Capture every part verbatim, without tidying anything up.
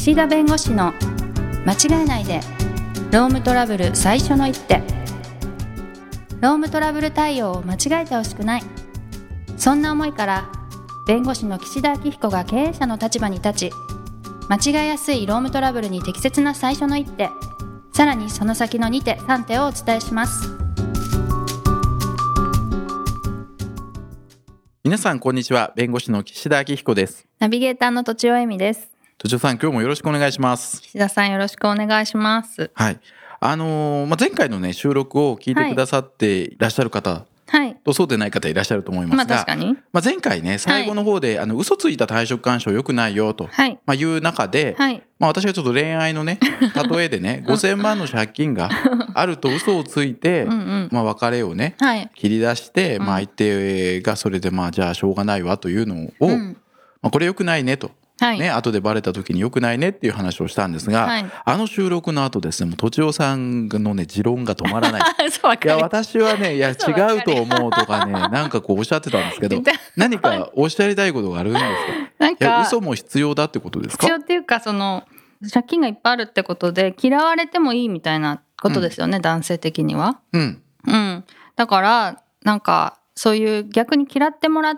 岸田弁護士の間違えないでロームトラブル最初の一手。ロームトラブル対応を間違えてほしくない、そんな思いから弁護士の岸田明彦が経営者の立場に立ち、間違えやすいロームトラブルに適切な最初の一手、さらにその先のに手さん手をお伝えします。 皆さんこんにちは。弁護士の岸田明彦です。 ナビゲーターのとちおえみです。 とちおさん、今日もよろしくお願いします。 岸田さん、よろしくお願いします。 はい。あのーまあ、前回のね収録を聞いてくださっていらっしゃる方、はい、とそうでない方いらっしゃると思いますが、 まあ、確かに、 まあ、前回ね最後の方で、はい、あの嘘ついた退職勧奨良くないよと、はいまあ、いう中で、はいまあ、私がちょっと恋愛のね例えでねごせんまんの借金があると嘘をついてうん、うんまあ、別れをね、はい、切り出して、まあ、相手がそれでまあじゃあしょうがないわというのを、うんまあ、これ良くないねと。はいね、後でバレた時に良くないねっていう話をしたんですが、はい、あの収録の後ですね、もうとちおさんのね持論が止まらない。いや私はねいや違うと思うとかねなんかこうおっしゃってたんですけど何かおっしゃりたいことがあるんですか？なんかいや嘘も必要だってことですか？ 必要っていうか、その借金がいっぱいあるってことで嫌われてもいいみたいなことですよね、うん、男性的には、うんうん、だからなんかそういう逆に嫌ってもらって、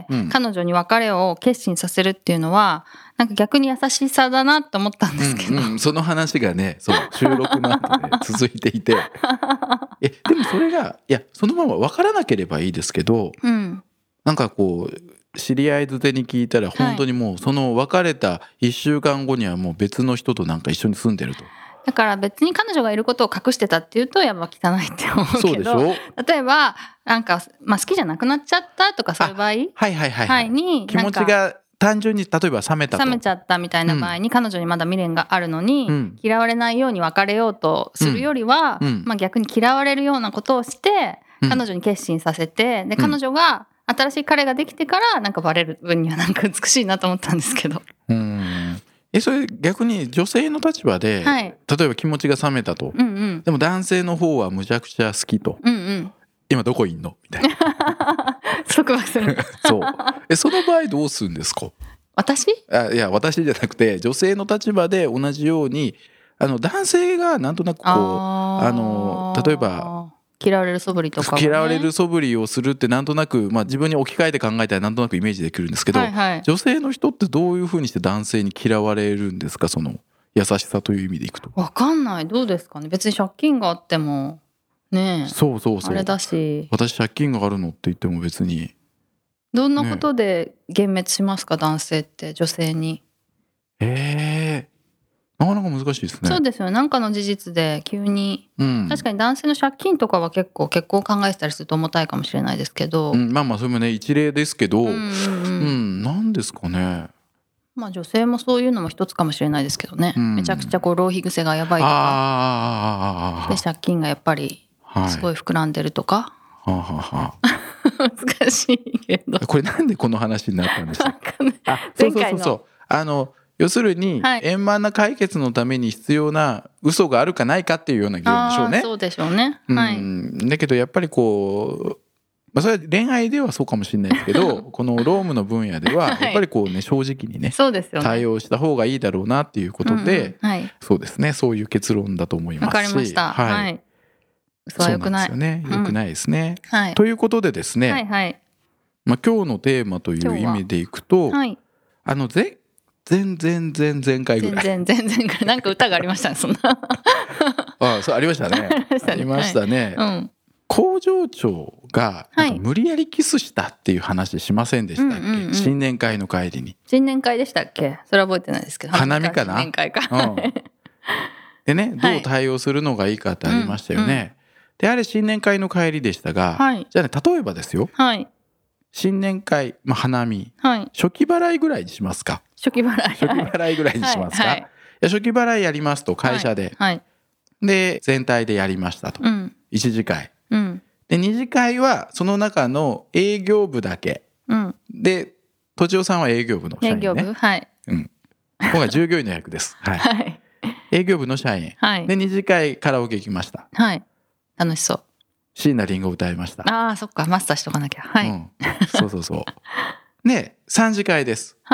うん、彼女に別れを決心させるっていうのはなんか逆に優しさだなと思ったんですけど、 うんうん、その話がねそう収録の後で続いていてえでもそれがいやそのまま分からなければいいですけど、うん、なんかこう知り合いづてに聞いたら本当にもうその別れたいっしゅうかんごにはもう別の人となんか一緒に住んでると。 だから別に彼女がいることを隠してたっていうとやっぱ汚いって思うけど、そうでしょ。例えばなんか、まあ、好きじゃなくなっちゃったとかそういう場合はいはいはい、はい、に気持ちが単純に例えば冷めたと冷めちゃったみたいな場合に、うん、彼女にまだ未練があるのに、うん、嫌われないように別れようとするよりは、うんまあ、逆に嫌われるようなことをして彼女に決心させて、で彼女が新しい彼ができてからなんかバレる分にはなんか美しいなと思ったんですけど、 うんえそれ逆に女性の立場で、はい、例えば気持ちが冷めたと、うんうん、でも男性の方はむちゃくちゃ好きと、うんうん、今どこいんのみたいな束縛するそうえその場合どうするんですか？ 私？ あいや私じゃなくて女性の立場で同じようにあの男性がなんとなくこうああの例えば嫌われる素振りとか、ね、 嫌われる素振りをするってなんとなく、まあ、自分に置き換えて考えたらなんとなくイメージできるんですけど、はいはい、女性の人ってどういうふうにして男性に嫌われるんですか？その優しさという意味でいくと。 分かんない。どうですかね。別に借金があってもねえそうそうそうあれだし、 私借金があるのって言っても別にどんなことで幻滅しますか、ね、男性って女性に。 えーなかなか難しいですね。 そうですよね。なんかの事実で急に、うん、確かに男性の借金とかは結構結婚を考えてたりすると重たいかもしれないですけど、 うん、まあまあそれもね一例ですけど、うん、うんうん、なんですかね。 まあ女性もそういうのも一つかもしれないですけどね、うん、めちゃくちゃこう浪費癖がやばいとかで借金がやっぱりすごい膨らんでるとか、はい、ははは難しいけどこれなんでこの話になったんでしたっけ？あそうそうそうそうあの要するに円満な解決のために必要な嘘があるかないかっていうような議論でしょうね。 あそうでしょうね、はい、うんだけどやっぱりこう、まあ、それは恋愛ではそうかもしれないですけどこの労務の分野ではやっぱりこうね正直にねそうですよね対応した方がいいだろうなっていうことで、うんうんはい、そうですねそういう結論だと思いますし。 わかりました、はいはい、嘘は良くない。 そうなんですよね。良くないですね、 うんはい、 ということでですね、 はいはいまあ、今日のテーマという意味でいくと、はい、あのぜ全然全然回ぐらい全然全然ぐらいなんか歌がありましたねそんなあそうありましたねありましたね、はいうん、工場長がなんか無理やりキスしたっていう話しませんでしたっけ、はいうんうんうん、新年会の帰りに。 新年会でしたっけ？それは覚えてないですけど花見かな。 新年会か、 うん、でねどう対応するのがいいかってありましたよね、はいうんうん、であれ新年会の帰りでしたが、はい、じゃあね例えばですよ、はい新年会、まあ、花見、はい、初期払いぐらいにしますか？ 初期払い初期払いぐらいにしますか、はいはい、いや初期払いやりますと会社で、はいはい、で全体でやりましたと、うん、いち次会、うん、でに次会はその中の営業部だけ、うん、でとちおさんは営業部の社員ね。営業部はい、うん、今回従業員の役です、はいはい、営業部の社員、はい、でに次会カラオケ行きました。 はい楽しそう。 椎名林檎歌いました。 ああそっかマスターしとかなきゃはい、うん、 そうそうそうでさん次会です。 はい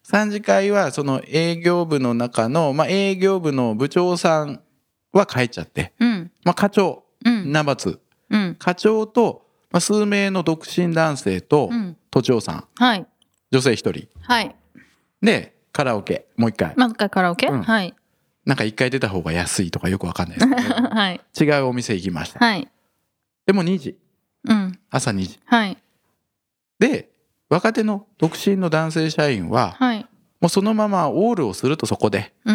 さん次会はその営業部の中の、まあ、営業部の部長さんは帰っちゃって、 うんまあ、課長、 うん、 ナンバーツー、 うん、 課長と、まあ、数名の独身男性と、うん、都庁さん、 はい、 女性一人、 はい、 でカラオケもう一回もう一回カラオケ、うん、はい、 なんか一回出た方が安いとかよくわかんないですけど、 はい、 違うお店行きました、 はい、 でもにじ、 うん、 朝にじ、 はい、 で若手の独身の男性社員は、はい、もうそのままオールをすると、そこで、 うん、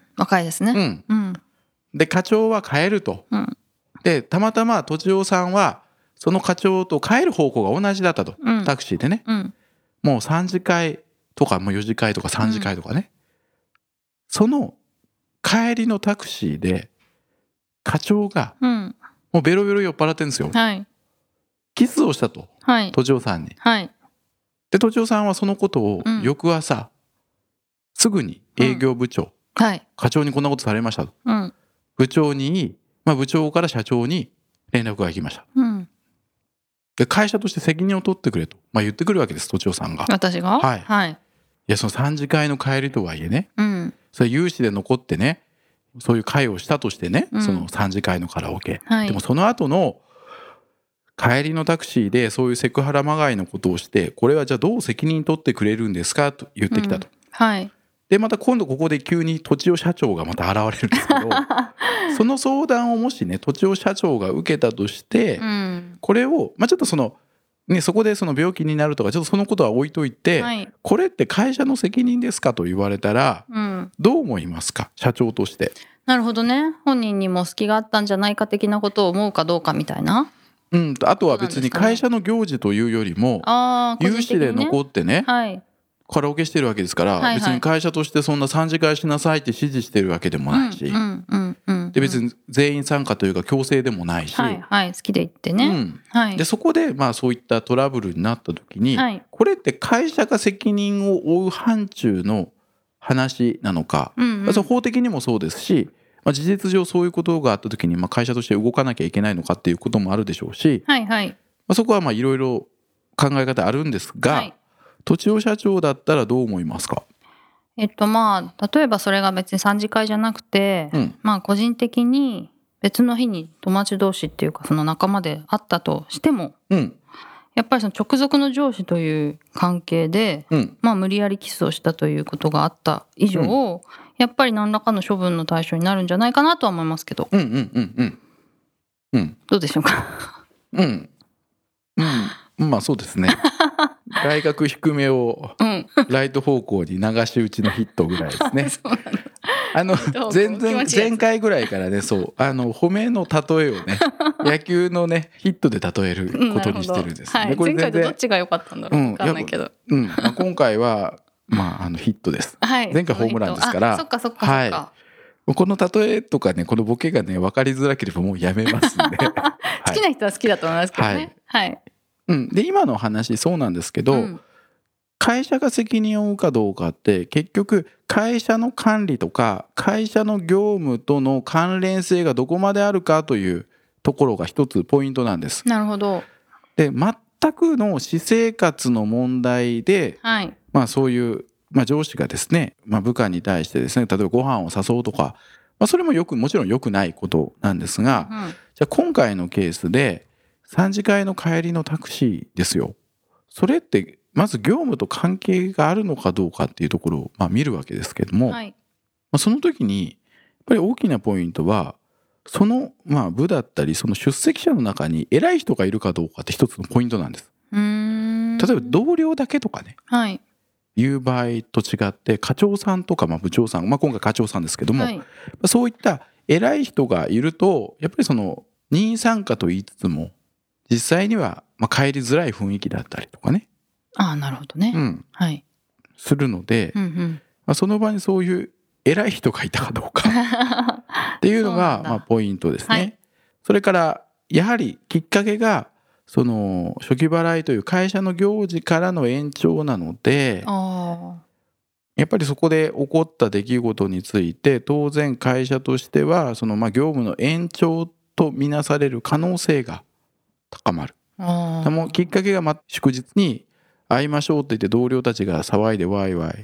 若いですね、 うんうん、で課長は帰ると、うん、でたまたま都庁さんはその課長と帰る方向が同じだったと、うん、タクシーでね、うん、もうさん次会とかもうよ次会とかさん次会とかね、うん、その帰りのタクシーで課長がもうベロベロ酔っ払ってるんですよ、はい、キスをしたと、はい、都庁さんに、はい、で都庁さんはそのことを翌朝、うん、すぐに営業部長、うん、はい、課長にこんなことされましたと、うん、部長に、まあ、部長から社長に連絡が行きました、うん、で会社として責任を取ってくれと、まあ、言ってくるわけです、都庁さんが。 私が、 はい、 はい、 いやそのさん次会の帰りとはいえね、うん、それ有志で残ってね、そういう会をしたとしてね、うん、そのさん次会のカラオケ、はい、でもその後の帰りのタクシーでそういうセクハラまがいのことをして、これはじゃあどう責任取ってくれるんですかと言ってきたと、うん、はい、でまた今度ここで急に都庁社長がまた現れるんですけどその相談をもしね都庁社長が受けたとして、うん、これを、まあ、ちょっとそのね、そこでその病気になるとかちょっとそのことは置いといて、はい、これって会社の責任ですかと言われたら、うん、どう思いますか、社長として。 なるほどね、本人にも隙があったんじゃないか的なことを思うかどうかみたいな、 うん、あとは別に会社の行事というよりも、有志で残ってね、はい、カラオケしてるわけですから、はいはい、別に会社としてそんなさん次会しなさいって指示してるわけでもないし、うんうんうんうん、で別に全員参加というか強制でもないし、 はいはい、好きで言ってね、うんはい、 でそこでまあそういったトラブルになった時に、はい、これって会社が責任を負う範疇の話なのか、うんうん、法的にもそうですし、まあ、事実上そういうことがあった時にまあ会社として動かなきゃいけないのかっていうこともあるでしょうし、はいはい、まあ、そこはまあいろいろ考え方あるんですが、はい、都庁社長だったらどう思いますか。 えっとまあ例えばそれが別にさん次会じゃなくて、うん、まあ個人的に別の日に友達同士っていうかその仲間で会ったとしても、うん、やっぱりその直属の上司という関係で、うん、まあ無理やりキスをしたということがあった以上、うん、やっぱり何らかの処分の対象になるんじゃないかなとは思いますけど、うんうんうんうん、うん、どうでしょうか。 うん、うん、まあそうですね。外角低めをライト方向に流し打ちのヒットぐらいですね。あの全然前回ぐらいからね、そうあの褒めの例えをね野球のねヒットで例えることにしてるんです、ね、 はい、これ前回とどっちが良かったんだろう、分かんないけど、 うんまあ、今回は、まあ、あのヒットです、はい、前回ホームランですから、 そっかそっかそっか、はい、 この例えとかねこのボケがね分かりづらければもうやめますんで好きな人は好きだと思いますけどね、はい、はい、 うん、で今の話そうなんですけど、うん、会社が責任を負うかどうかって結局会社の管理とか会社の業務との関連性がどこまであるかというところが一つポイントなんです。 なるほど。 で全くの私生活の問題で、はい、まあそういう、まあ、上司がですね、まあ、部下に対してですね例えばご飯を誘うとか、まあ、それもよくもちろん良くないことなんですが、うん、じゃあ今回のケースでさん次会の帰りのタクシーですよ。それってまず業務と関係があるのかどうかっていうところをまあ見るわけですけども、はい、まあ、その時にやっぱり大きなポイントはそのまあ部だったりその出席者の中に偉い人がいるかどうかって一つのポイントなんです。うーん、例えば同僚だけとかね、はい、いう場合と違って課長さんとかまあ部長さん、まあ、今回課長さんですけども、はい、そういった偉い人がいるとやっぱりその任意参加と言いつつも実際にはまあ帰りづらい雰囲気だったりとかね、 ああなるほどね、うん、はい、 するので、うんうん、まあ、その場にそういう偉い人がいたかどうかっていうのがまあポイントですね、はい、それからやはりきっかけがその初期払いという会社の行事からの延長なので、あ、やっぱりそこで起こった出来事について当然会社としてはそのまあ業務の延長とみなされる可能性が高まる。あ、もうきっかけがま祝日に会いましょうって言って同僚たちが騒いでワイワイ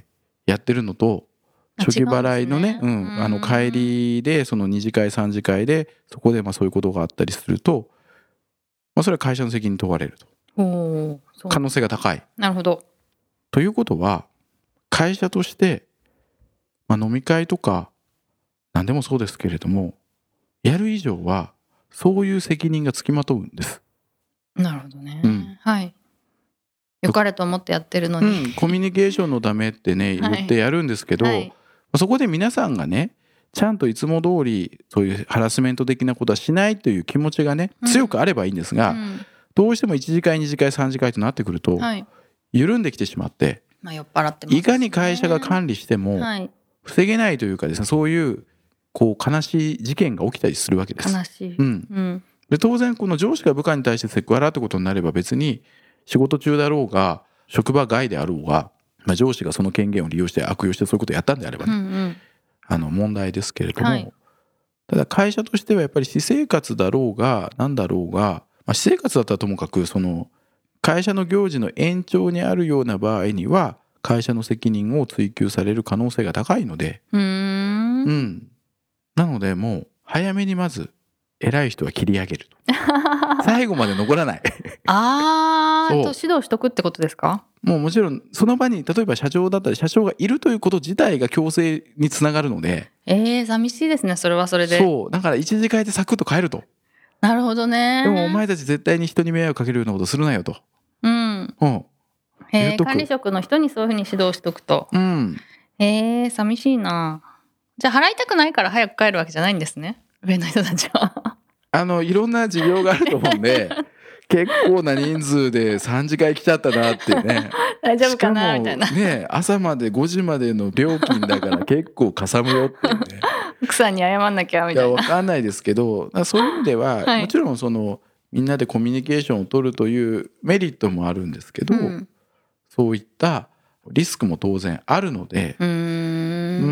やってるのと初期払いのね、うん、あの帰りでそのに次会さん次会でそこでまあそういうことがあったりすると、まあ、それは会社の責任に問われるとおそう可能性が高い。 なるほど。 ということは会社として、まあ、飲み会とか何でもそうですけれどもやる以上はそういう責任がつきまとうんです。 なるほどね、うん、はい良かれと思ってやってるのに、 うん、コミュニケーションのためってね言ってやるんですけど、はいはい、そこで皆さんがねちゃんといつも通りそういうハラスメント的なことはしないという気持ちがね強くあればいいんですが、うんうん、どうしてもいち次会に次会さん次会となってくると、はい、緩んできてしまって、 まあ、酔っ払ってますね、 いかに会社が管理しても防げないというかですね、そういうこう悲しい事件が起きたりするわけです。 悲しい、 うんうん、で当然この上司が部下に対してセクハラってことになれば別に仕事中だろうが職場外であろうが、まあ、上司がその権限を利用して悪用してそういうことをやったんであればね、うんうん、あの問題ですけれども、はい、ただ会社としてはやっぱり私生活だろうが何だろうが、まあ、私生活だったらともかくその会社の行事の延長にあるような場合には会社の責任を追及される可能性が高いので、 うーん、 うん、なのでもう早めにまず偉い人は切り上げると最後まで残らないあーと指導しとくってことですか。 もうもちろんその場に例えば社長だったり社長がいるということ自体が強制につながるので、 えー、寂しいですねそれはそれで。 そうだから一次会でサクッと帰ると。 なるほどね。 でもお前たち絶対に人に迷惑かけるようなことするなよと、 うんうん、 へー管理職の人にそういうふうに指導しとくと、 うん、 へー寂しいな。じゃあ払いたくないから早く帰るわけじゃないんですね上の人たちはあのいろんな事情があると思うんで結構な人数でさん次会来ちゃったなっていうね大丈夫かなみたいなね、朝までごじまでの料金だから結構かさむよっていうね奥さんに謝んなきゃみたいな。 いや分かんないですけどそういう意味では、はい、もちろんそのみんなでコミュニケーションを取るというメリットもあるんですけど、うん、そういったリスクも当然あるので、 うーん、 うん、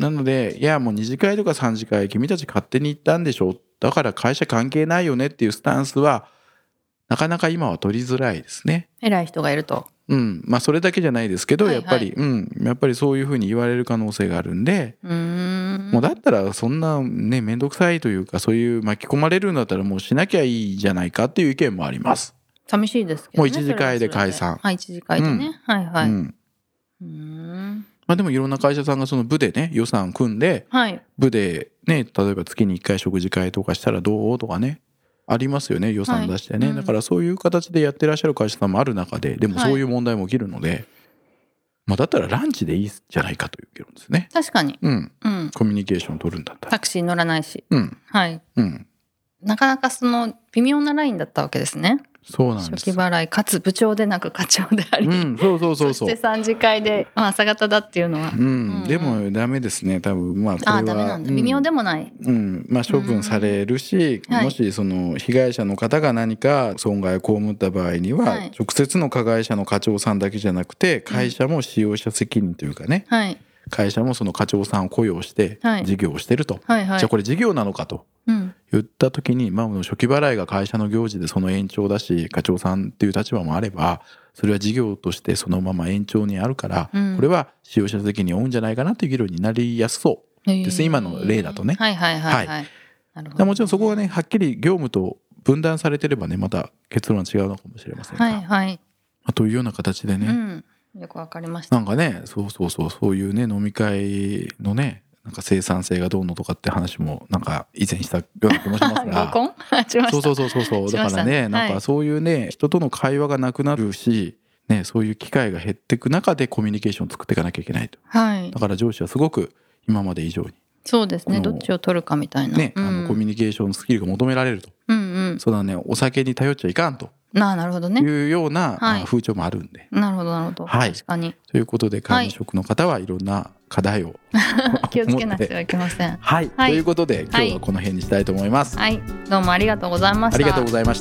なのでいやもうに次会とかさん次会君たち勝手に行ったんでしょだから会社関係ないよねっていうスタンスはなかなか今は取りづらいですね。 偉い人がいると、 うん、まあそれだけじゃないですけど、はいはい、やっぱり、うん、やっぱりそういうふうに言われる可能性があるんで、 うーんもうだったらそんなね面倒くさいというかそういう巻き込まれるんだったらもうしなきゃいいじゃないかっていう意見もあります。 寂しいですけどね。 もう一次会で解散。 はい、一次会でね、うん、はいはい、うん、 うーんまあでもいろんな会社さんがその部でね予算組んで、 はい、 部でね例えば月にいっかい食事会とかしたらどうとかねありますよね予算出してね、はい、うん、だからそういう形でやってらっしゃる会社さんもある中ででもそういう問題も起きるので、はい、まあだったらランチでいいじゃないかという議論ですね。 確かに、 うんうん、 コミュニケーションを取るんだったらタクシー乗らないし、 うん、 はい、 うん、 なかなかその微妙なラインだったわけですね。 そうなんです。 初期払いかつ部長でなく課長であり、 うん、そうそうそうそう。 そしてさん次会で、まあ、朝方だっていうのは、 うんうんうん、でもダメですね多分。まあこれはあダメなんだ、微妙でもない、 うん、まあ処分されるし、うん、もしその被害者の方が何か損害を被った場合には、はい、直接の加害者の課長さんだけじゃなくて会社も使用者責任というかね、 はい、 会社もその課長さんを雇用して事業をしてると、 はいはいはい、 じゃあこれ事業なのかと、うん言った時に、まあ、初期払いが会社の行事でその延長だし課長さんっていう立場もあればそれは事業としてそのまま延長にあるから、うん、これは使用者責任を負うんじゃないかなという議論になりやすそうです、今の例だとね。 はいはいはい、はいはい、なるほど。 もちろんそこはねはっきり業務と分断されてればねまた結論は違うのかもしれませんが、 はいはい、 というような形でね、うん、 よくわかりました。 なんかねそうそうそうそういうね飲み会のねなんか生産性がどうのとかって話もなんか以前したような気もしますが合コンそうそうそうそうそうだからねなんかそういうね人との会話がなくなるし、ね、そういう機会が減っていく中でコミュニケーションを作っていかなきゃいけないと、 はい、 だから上司はすごく今まで以上にそうですねどっちを取るかみたいな、 ねうん、 あのコミュニケーションスキルが求められると、 うんうん、 そうだねお酒に頼っちゃいかんとななるほどねいうような、 はい、 風潮もあるんでなるほどなるほど、はい、確かにということで管理職の方はいろんな課題を気をつけなくてはいけませんはい、はい、ということで今日はこの辺にしたいと思います、 はい、はい、どうもありがとうございました。 ありがとうございました。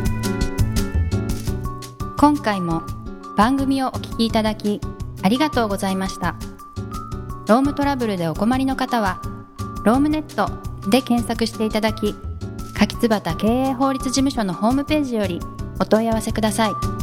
今回も番組をお聞きいただきありがとうございました。ロームトラブルでお困りの方はロームネットで検索していただき柿椿経営法律事務所のホームページよりお問い合わせください。